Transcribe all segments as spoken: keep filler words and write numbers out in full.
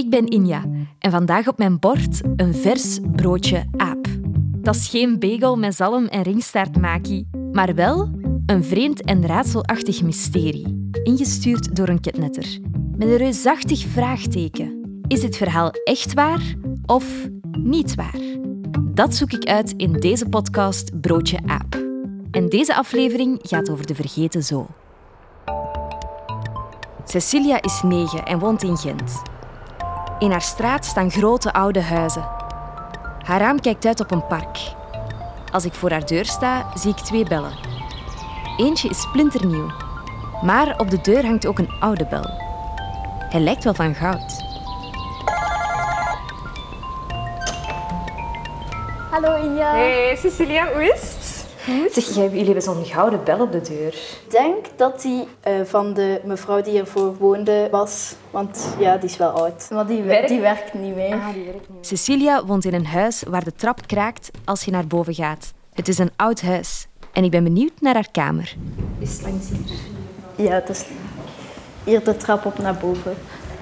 Ik ben Inja en vandaag op mijn bord een vers broodje aap. Dat is geen bagel met zalm en ringstaartmaki, maar wel een vreemd en raadselachtig mysterie, ingestuurd door een ketnetter. Met een reusachtig vraagteken. Is dit verhaal echt waar of niet waar? Dat zoek ik uit in deze podcast Broodje Aap. En deze aflevering gaat over de vergeten zool. Cecilia is negen en woont in Gent. In haar straat staan grote oude huizen. Haar raam kijkt uit op een park. Als ik voor haar deur sta, zie ik twee bellen. Eentje is splinternieuw, maar op de deur hangt ook een oude bel. Hij lijkt wel van goud. Hallo Inja. Hey Cecilia, hoe is het? Goed. Zeg, jullie hebben zo'n gouden bel op de deur. Ik denk dat die uh, van de mevrouw die hiervoor woonde was. Want ja, die is wel oud. Maar die, Werk? die werkt niet meer. Ah, die werkt niet. Cecilia woont in een huis waar de trap kraakt als je naar boven gaat. Het is een oud huis en ik ben benieuwd naar haar kamer. Is het langs hier? Ja, het is hier de trap op naar boven.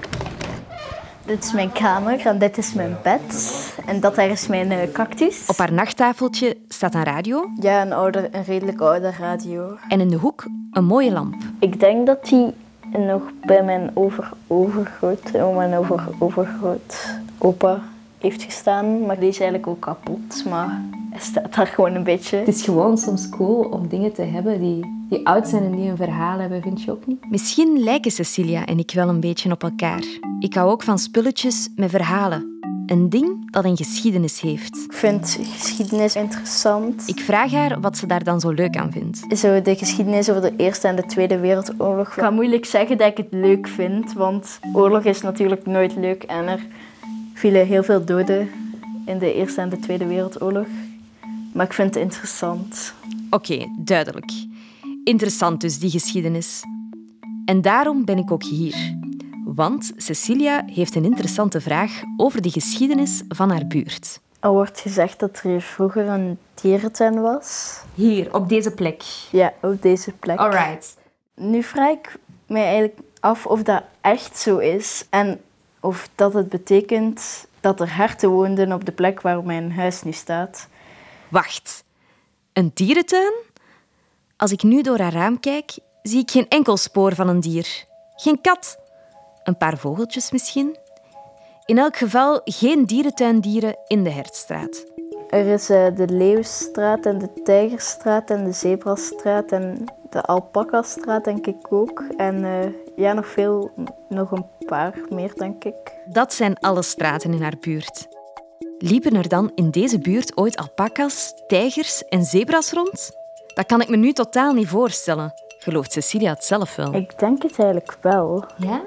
Dit is mijn kamer en dit is mijn bed. En dat daar is mijn uh, cactus. Op haar nachttafeltje staat een radio Ja, een, oude, een redelijk oude radio. en in de hoek een mooie lamp. Ik denk dat die nog bij mijn over, overgroot, oh, mijn over, overgroot opa heeft gestaan. Maar die is eigenlijk ook kapot. Maar hij staat daar gewoon een beetje. Het is gewoon soms cool om dingen te hebben die, die oud zijn en die een verhaal hebben, vind je ook niet? Misschien lijken Cecilia en ik wel een beetje op elkaar. Ik hou ook van spulletjes met verhalen. Een ding dat een geschiedenis heeft. Ik vind geschiedenis interessant. Ik vraag haar wat ze daar dan zo leuk aan vindt. Zo de geschiedenis over de Eerste en de Tweede Wereldoorlog. Ik kan moeilijk zeggen dat ik het leuk vind, want oorlog is natuurlijk nooit leuk en er vielen heel veel doden in de Eerste en de Tweede Wereldoorlog. Maar ik vind het interessant. Oké, okay, duidelijk. Interessant dus, die geschiedenis. En daarom ben ik ook hier. Want Cecilia heeft een interessante vraag over de geschiedenis van haar buurt. Er wordt gezegd dat er hier vroeger een dierentuin was. Hier, op deze plek. Ja, op deze plek. Alright. Nu vraag ik mij eigenlijk af of dat echt zo is. En of dat het betekent dat er herten woonden op de plek waar mijn huis nu staat. Wacht, een dierentuin? Als ik nu door haar raam kijk, zie ik geen enkel spoor van een dier. Geen kat. Een paar vogeltjes misschien. In elk geval geen dierentuindieren in de Hertstraat. Er is uh, de Leeuwstraat en de Tijgerstraat en de Zebrastraat en de Alpacastraat, denk ik ook. En uh, ja, nog veel, nog een paar meer, denk ik. Dat zijn alle straten in haar buurt. Liepen er dan in deze buurt ooit alpaca's, tijgers en zebras rond? Dat kan ik me nu totaal niet voorstellen. Gelooft Cecilia het zelf wel? Ik denk het eigenlijk wel. Ja?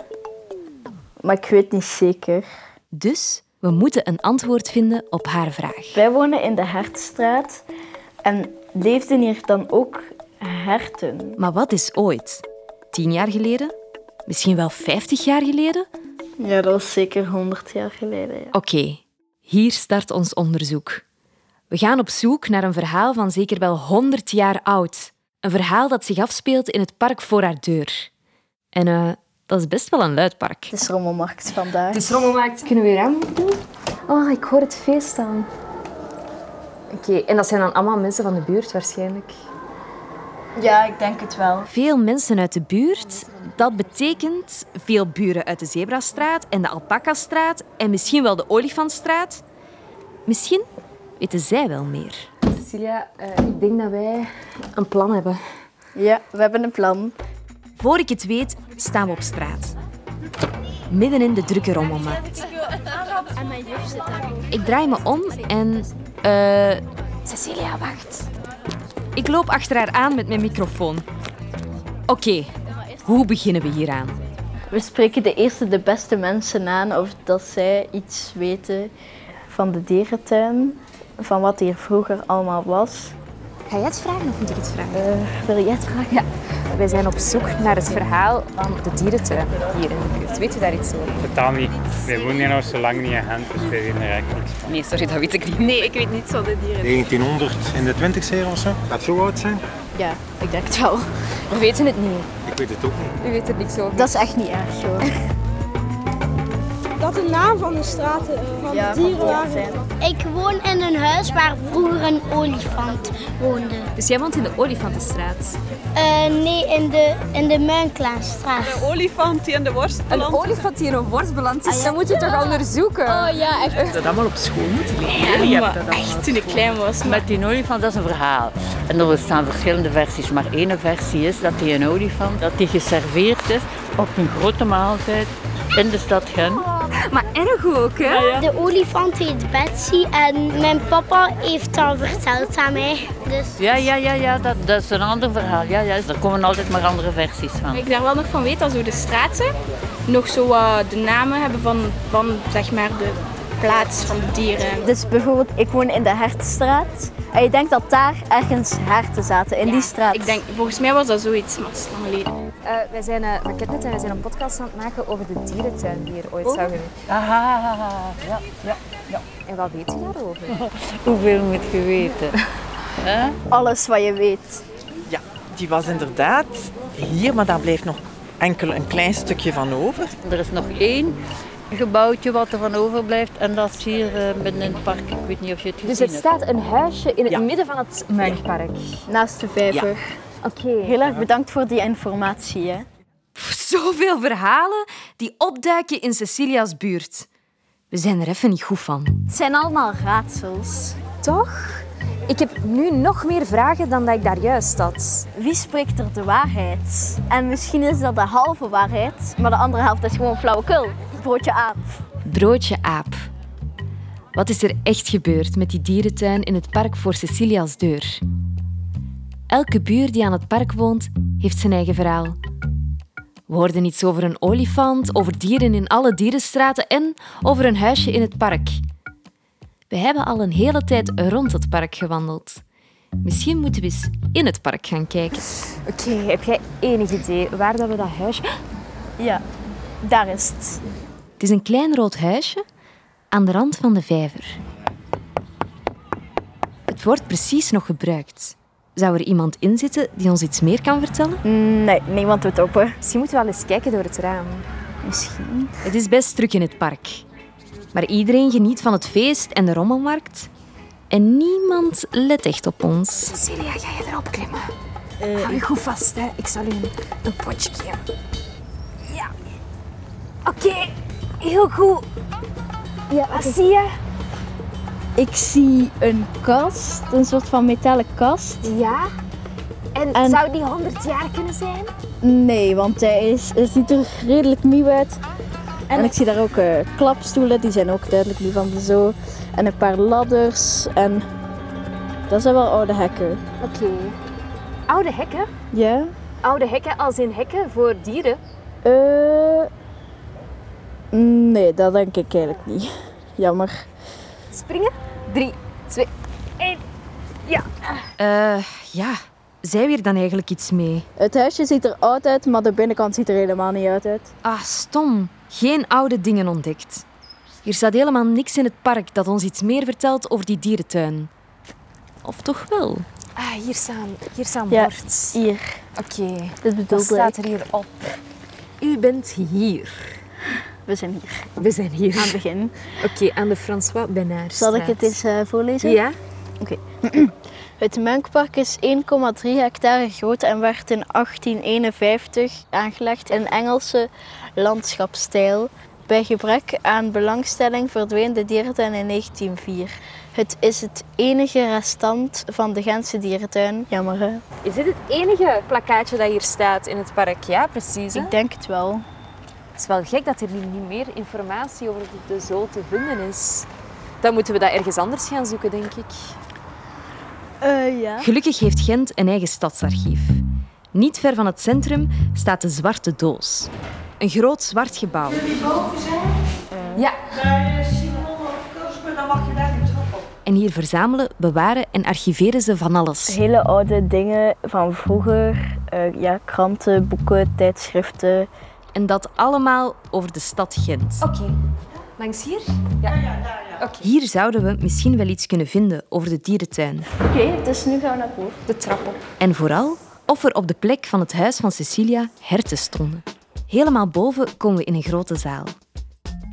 Maar ik weet niet zeker. Dus we moeten een antwoord vinden op haar vraag. Wij wonen in de Hertstraat en leefden hier dan ook herten. Maar wat is ooit? Tien jaar geleden? Misschien wel vijftig jaar geleden? Ja, dat was zeker honderd jaar geleden. Ja. Oké, okay, hier start ons onderzoek. We gaan op zoek naar een verhaal van zeker wel honderd jaar oud. Een verhaal dat zich afspeelt in het park voor haar deur. En uh, dat is best wel een luid park. Het is rommelmarkt vandaag. De rommelmarkt kunnen we weer aan. Oh, ik hoor het feest aan. Oké, okay, en dat zijn dan allemaal mensen van de buurt waarschijnlijk. Ja, ik denk het wel. Veel mensen uit de buurt. Dat betekent veel buren uit de Zebrastraat en de Alpacastraat en misschien wel de Olifantstraat. Misschien weten zij wel meer. Cecilia, uh, ik denk dat wij een plan hebben. Ja, we hebben een plan. Voor ik het weet, staan we op straat. Midden in de drukke rommelmarkt. Ik draai me om en... Uh, Cecilia, wacht. Ik loop achter haar aan met mijn microfoon. Oké, okay, hoe beginnen we hieraan? We spreken de eerste de beste mensen aan of dat zij iets weten van de dierentuin, van wat hier vroeger allemaal was. Ga jij het vragen of moet ik het vragen? Uh, wil jij het vragen? Ja. Wij zijn op zoek naar het verhaal van de dierentuin hier in de buurt. Weet je daar iets over? Totaal niet. Wij wonen hier nog zo lang niet in Gent, dus wij weten er eigenlijk niks van. Nee, sorry, dat weet ik niet. Nee, ik weet niets van de dieren. negentienhonderd in de twintigste eeuw of zo? Dat zo oud zijn? Ja, ik denk het wel. We weten het niet. Ik weet het ook niet. U weet er niks over. Dat is echt niet erg, hoor. Dat wat de naam van de straten van Ja, de dieren van waren. zijn. Ik woon in een huis waar vroeger een olifant woonde. Dus jij woont in de Olifantenstraat. Uh, nee, in de, in de Muinklaasstraat. Een olifant die in de worst belandt. Een olifant die in een worst belandt is, dat moet je toch onderzoeken? Oh ja, echt. Ik heb dat allemaal op school moeten leren. Ja, maar echt toen ik klein was. Met die olifant, dat is een verhaal. En er bestaan verschillende versies, maar één versie is dat die een olifant dat die geserveerd is op een grote maaltijd in de stad Gent. Maar erg ook, hè? Ja, ja. De olifant heet Betsy en mijn papa heeft dat verteld aan mij. Dus... Ja, ja, ja, ja dat, dat is een ander verhaal. Ja, ja, er komen altijd maar andere versies van. Ik daar wel nog van weet dat zo de straten nog zo uh, de namen hebben van, van zeg maar de plaats van de dieren. Dus bijvoorbeeld, ik woon in de Hertenstraat. En je denkt dat daar ergens herten zaten, in Ja, die straat. Ik denk, volgens mij was dat zoiets, maar het is lang geleden. Uh, wij zijn uh, van Ketnet en wij zijn een podcast aan het maken over de dierentuin die er ooit zou zijn. Aha, ja, ja, ja. En wat weet je daarover? Hoeveel moet je weten? Huh? Alles wat je weet. Ja, die was inderdaad hier, maar daar blijft nog enkel een klein stukje van over. Er is nog één gebouwtje wat er van overblijft en dat is hier uh, midden in het park. Ik weet niet of je het gezien Dus hebt. het staat een huisje in het Ja. midden van het Muinkpark. Naast de vijver. Ja. Oké. Heel erg bedankt voor die informatie. Hè. Pff, zoveel verhalen die opduiken in Cecilia's buurt. We zijn er even niet goed van. Het zijn allemaal raadsels. Toch? Ik heb nu nog meer vragen dan dat ik daar juist had. Wie spreekt er de waarheid? En misschien is dat de halve waarheid, maar de andere helft is gewoon flauwekul. Broodje aap. Broodje aap. Wat is er echt gebeurd met die dierentuin in het park voor Cecilia's deur? Elke buur die aan het park woont, heeft zijn eigen verhaal. We hoorden iets over een olifant, over dieren in alle dierenstraten en over een huisje in het park. We hebben al een hele tijd rond het park gewandeld. Misschien moeten we eens in het park gaan kijken. Oké, okay, heb jij enig idee waar dat we dat huisje... Ja, daar is het. Het is een klein rood huisje aan de rand van de vijver. Het wordt precies nog gebruikt. Zou er iemand in zitten die ons iets meer kan vertellen? Nee, niemand doet open. Misschien moeten we wel eens kijken door het raam. Misschien. Het is best druk in het park. Maar iedereen geniet van het feest en de rommelmarkt. En niemand let echt op ons. Cecilia, ga je erop klimmen? Uh, Hou je goed vast, hè. Ik zal u een, een potje geven. Ja. Oké, okay. Heel goed. Ja, wat zie je? Ik zie een kast, een soort van metalen kast. Ja. En, en zou die honderd jaar kunnen zijn? Nee, want hij, is, hij ziet er redelijk nieuw uit. En, en ik zie daar ook uh, klapstoelen, die zijn ook duidelijk nieuw van de zo. En een paar ladders. En dat zijn wel oude hekken. Oké. Okay. Oude hekken? Ja. Oude hekken als in hekken voor dieren? Uh, nee, dat denk ik eigenlijk niet. Jammer. Springen? Drie, twee, één. Ja. Uh, ja, zijn we hier dan eigenlijk iets mee? Het huisje ziet er oud uit, maar de binnenkant ziet er helemaal niet uit uit. Ah, stom. Geen oude dingen ontdekt. Hier staat helemaal niks in het park dat ons iets meer vertelt over die dierentuin. Of toch wel? Ah, hier staan, hier staan ja, bord. Hier. Oké. Okay. Dit bedoelde Wat staat ik. er hier op? U bent hier. We zijn hier. We zijn hier. Aan het begin. Oké, okay, aan de François Benaerstraat. Zal ik het eens uh, voorlezen? Ja. Oké. Okay. Het Muinkpark is één komma drie hectare groot en werd in achttien eenenvijftig aangelegd in Engelse landschapsstijl. Bij gebrek aan belangstelling verdween de dierentuin in negentien nul vier. Het is het enige restant van de Gentse dierentuin. Jammer, hè? Is dit het enige plakkaatje dat hier staat in het park? Ja, precies. Hè? Ik denk het wel. Het is wel gek dat er niet meer informatie over de zoo te vinden is. Dan moeten we dat ergens anders gaan zoeken, denk ik. Uh, ja. Gelukkig heeft Gent een eigen stadsarchief. Niet ver van het centrum staat de Zwarte Doos. Een groot zwart gebouw. Wil je boven zijn? Uh, ja. Bij Simon of Kasper, dan mag je daar niet trap op. En hier verzamelen, bewaren en archiveren ze van alles. Hele oude dingen van vroeger. Uh, ja, kranten, boeken, tijdschriften. En dat allemaal over de stad Gent. Oké. Okay. Langs hier? Ja, ja, daar ja. Okay. Hier zouden we misschien wel iets kunnen vinden over de dierentuin. Oké, okay, dus nu gaan we naar boven. De trap op. En vooral of er op de plek van het huis van Cecilia herten stonden. Helemaal boven komen we in een grote zaal.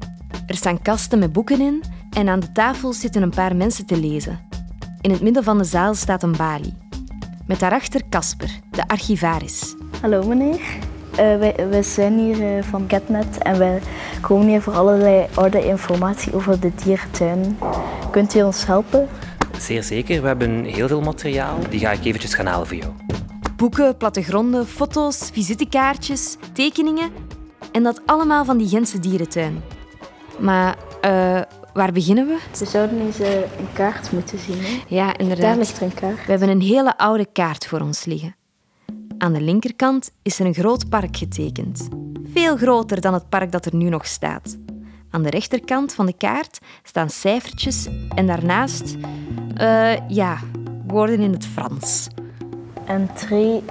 Er staan kasten met boeken in en aan de tafel zitten een paar mensen te lezen. In het midden van de zaal staat een balie. Met daarachter Casper, de archivaris. Hallo meneer. Uh, wij, wij zijn hier uh, van Getnet en wij komen hier voor allerlei oude informatie over de dierentuin. Kunt u ons helpen? Zeer zeker. We hebben heel veel materiaal. Die ga ik eventjes gaan halen voor jou. Boeken, plattegronden, foto's, visitekaartjes, tekeningen. En dat allemaal van die Gentse dierentuin. Maar uh, waar beginnen we? We zouden eens uh, een kaart moeten zien. Hè? Ja, inderdaad. Daar ligt er een kaart. We hebben een hele oude kaart voor ons liggen. Aan de linkerkant is er een groot park getekend. Veel groter dan het park dat er nu nog staat. Aan de rechterkant van de kaart staan cijfertjes en daarnaast, uh, ja, woorden in het Frans. Entrée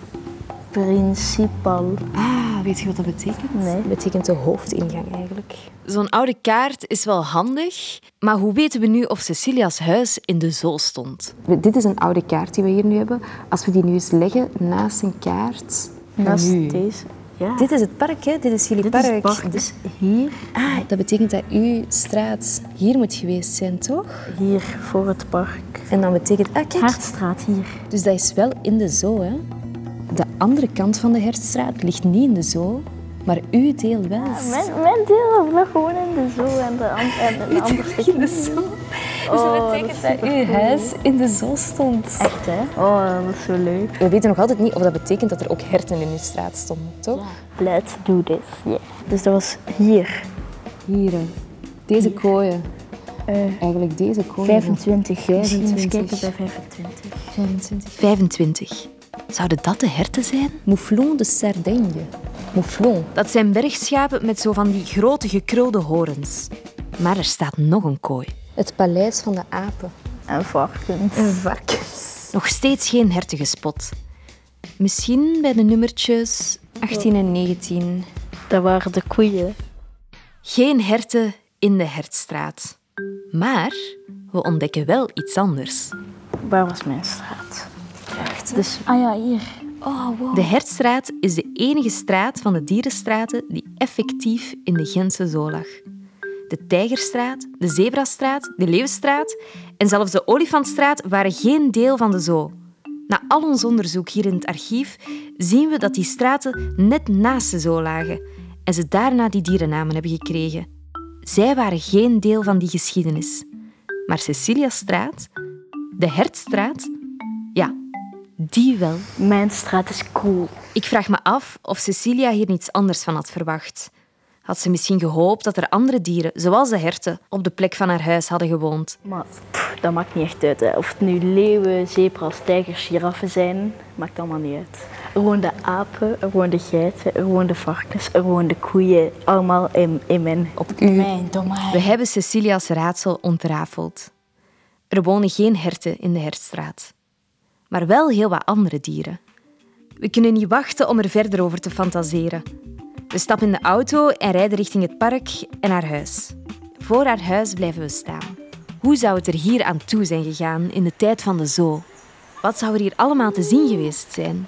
principale. Ah, weet je wat dat betekent? Nee. Dat betekent de hoofdingang eigenlijk. Zo'n oude kaart is wel handig, maar hoe weten we nu of Cecilia's huis in de Zoo stond? Dit is een oude kaart die we hier nu hebben. Als we die nu eens leggen naast een kaart... Naast nu. deze? Ja. Dit is het park, hè? Dit is jullie Dit park. Is het park. Dus hier... Ah, dat betekent dat uw straat hier moet geweest zijn, toch? Hier, voor het park. En dan betekent... Ah, kijk. Hartstraat, hier. Dus dat is wel in de Zoo, hè? De andere kant van de Hertstraat ligt niet in de Zoo, maar uw deel wel. Ja, mijn, mijn deel lag gewoon in de Zoo en de, an en de andere stuk in de Zoo. Dus dat oh, betekent dat, dat uw huis in de Zoo stond. Echt, hè? Oh, dat is zo leuk. We weten nog altijd niet of dat betekent dat er ook herten in uw straat stonden, toch? Ja. Let's do this. Yeah. Dus dat was hier. Hier, hè. Deze hier. kooien. Uh, Eigenlijk deze kooien. vijfentwintig. vijfentwintig. Eens kijken bij vijfentwintig. vijfentwintig. vijfentwintig. Zouden dat de herten zijn? Mouflon de Sardaigne. Mouflon. Dat zijn bergschapen met zo van die grote gekrulde horens. Maar er staat nog een kooi. Het paleis van de apen. En varkens. En varkens. Nog steeds geen herten gespot. Misschien bij de nummertjes achttien en negentien. Dat waren de koeien. Geen herten in de Hertstraat. Maar we ontdekken wel iets anders. Waar was mijn straat? Echt? Dus, ah ja, hier. Oh, wow. De Hertstraat is de enige straat van de dierenstraten die effectief in de Gentse Zoo lag. De Tijgerstraat, de Zebrastraat, de Leeuwstraat en zelfs de Olifantstraat waren geen deel van de Zoo. Na al ons onderzoek hier in het archief zien we dat die straten net naast de Zoo lagen en ze daarna die dierennamen hebben gekregen. Zij waren geen deel van die geschiedenis. Maar Ceciliastraat, de Hertstraat, ja, die wel. Mijn straat is cool. Ik vraag me af of Cecilia hier niets anders van had verwacht. Had ze misschien gehoopt dat er andere dieren, zoals de herten, op de plek van haar huis hadden gewoond? Maar pff, dat maakt niet echt uit. Hè. Of het nu leeuwen, zebra's, tijgers, giraffen zijn, maakt allemaal niet uit. Er woonden apen, er woonden geiten, er woonden varkens, er woonden koeien. Allemaal in, in mijn, op mijn domein. We hebben Cecilia's raadsel ontrafeld. Er wonen geen herten in de Hertstraat. Maar wel heel wat andere dieren. We kunnen niet wachten om er verder over te fantaseren. We stappen in de auto en rijden richting het park en haar huis. Voor haar huis blijven we staan. Hoe zou het er hier aan toe zijn gegaan in de tijd van de Zoo? Wat zou er hier allemaal te zien geweest zijn?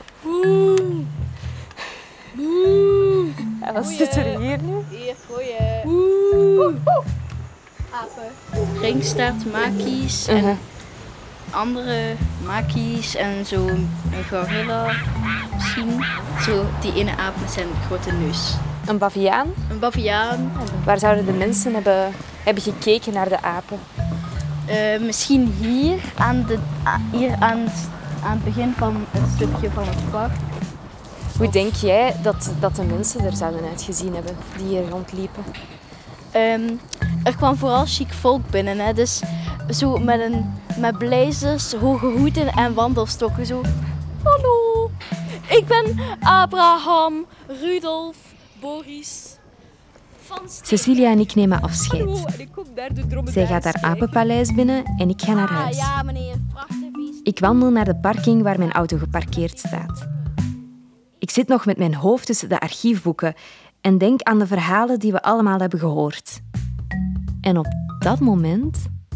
En wat zit er hier nu? Hier, gooien. Apen. Ringstaart, makies en uh-huh. andere makies en zo een gorilla misschien. Zo die ene aap met zijn grote neus. Een baviaan? Een baviaan. Waar zouden de mensen hebben, hebben gekeken naar de apen? Uh, misschien hier, aan, de, hier aan, aan het begin van een stukje van het park. Hoe denk jij dat, dat de mensen er zouden uitgezien hebben die hier rondliepen? Um, er kwam vooral chic volk binnen, hè? Dus zo met, een, met blazers, hoge hoeden en wandelstokken. Zo. Hallo, ik ben Abraham, Rudolf, Boris. Cecilia en ik nemen afscheid. Zij gaat haar apenpaleis binnen en ik ga naar huis. Ja, meneer. Prachtig. Ik wandel naar de parking waar mijn auto geparkeerd staat. Ik zit nog met mijn hoofd tussen de archiefboeken en denk aan de verhalen die we allemaal hebben gehoord. En op dat moment...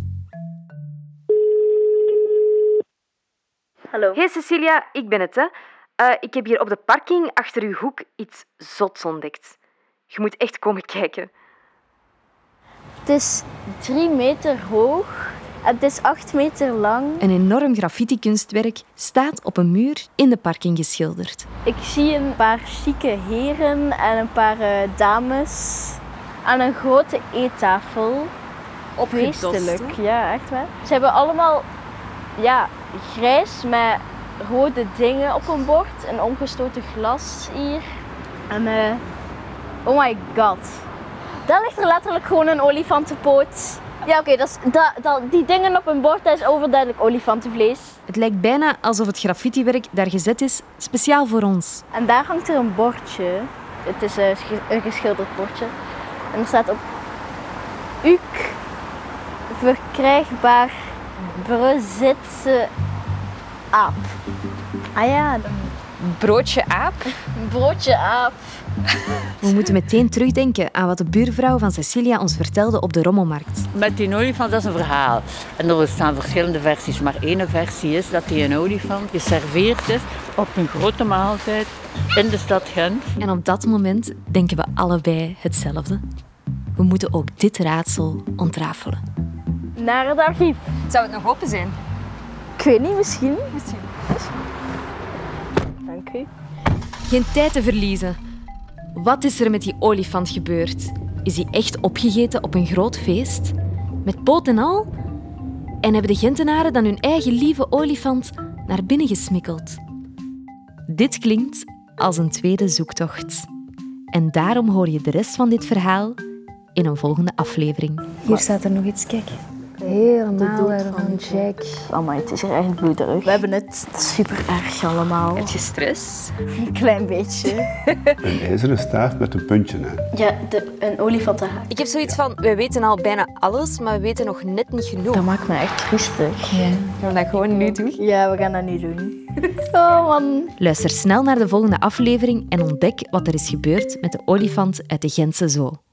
Hallo. Hey Cecilia, ik ben het, hè. Uh, ik heb hier op de parking achter uw hoek iets zots ontdekt. Je moet echt komen kijken. Het is drie meter hoog en het is acht meter lang. Een enorm graffiti-kunstwerk staat op een muur in de parking geschilderd. Ik zie een paar chique heren en een paar uh, dames aan een grote eettafel. Feestelijk, ja, echt waar. Ze hebben allemaal ja, grijs met rode dingen op een bord. Een omgestoten glas hier. En uh, oh my god. Daar ligt er letterlijk gewoon een olifantenpoot. Ja, oké, okay, dat, dat, die dingen op een bord, dat is overduidelijk olifantenvlees. Het lijkt bijna alsof het graffitiwerk daar gezet is, speciaal voor ons. En daar hangt er een bordje. Het is een, een geschilderd bordje. En er staat op Uk verkrijgbaar Brezitse aap. Ah ja. Broodje aap? Broodje aap. We moeten meteen terugdenken aan wat de buurvrouw van Cecilia ons vertelde op de rommelmarkt. Met die olifant, dat is een verhaal. En er bestaan verschillende versies, maar één versie is dat die een olifant geserveerd is op een grote maaltijd in de stad Gent. En op dat moment denken we allebei hetzelfde. We moeten ook dit raadsel ontrafelen. Naar het archief. Zou het nog open zijn? Ik weet niet, misschien. Misschien. Dank u. Geen tijd te verliezen. Wat is er met die olifant gebeurd? Is hij echt opgegeten op een groot feest? Met poot en al? En hebben de Gentenaren dan hun eigen lieve olifant naar binnen gesmikkeld? Dit klinkt als een tweede zoektocht. En daarom hoor je de rest van dit verhaal in een volgende aflevering. Hier staat er nog iets, kijk. Helemaal van Jack. Amai, het is hier echt bloederig. We hebben het super erg allemaal. Heb je stress? Een klein beetje. Een ijzeren staaf met een puntje aan. Ja, de, een olifantenhaak. Ik heb zoiets van, wij weten al bijna alles, maar we weten nog net niet genoeg. Dat maakt me echt triestig. Ja. Gaan we dat gewoon nu doen? Ja, we gaan dat nu doen. Oh man. Luister snel naar de volgende aflevering en ontdek wat er is gebeurd met de olifant uit de Gentse Zoo.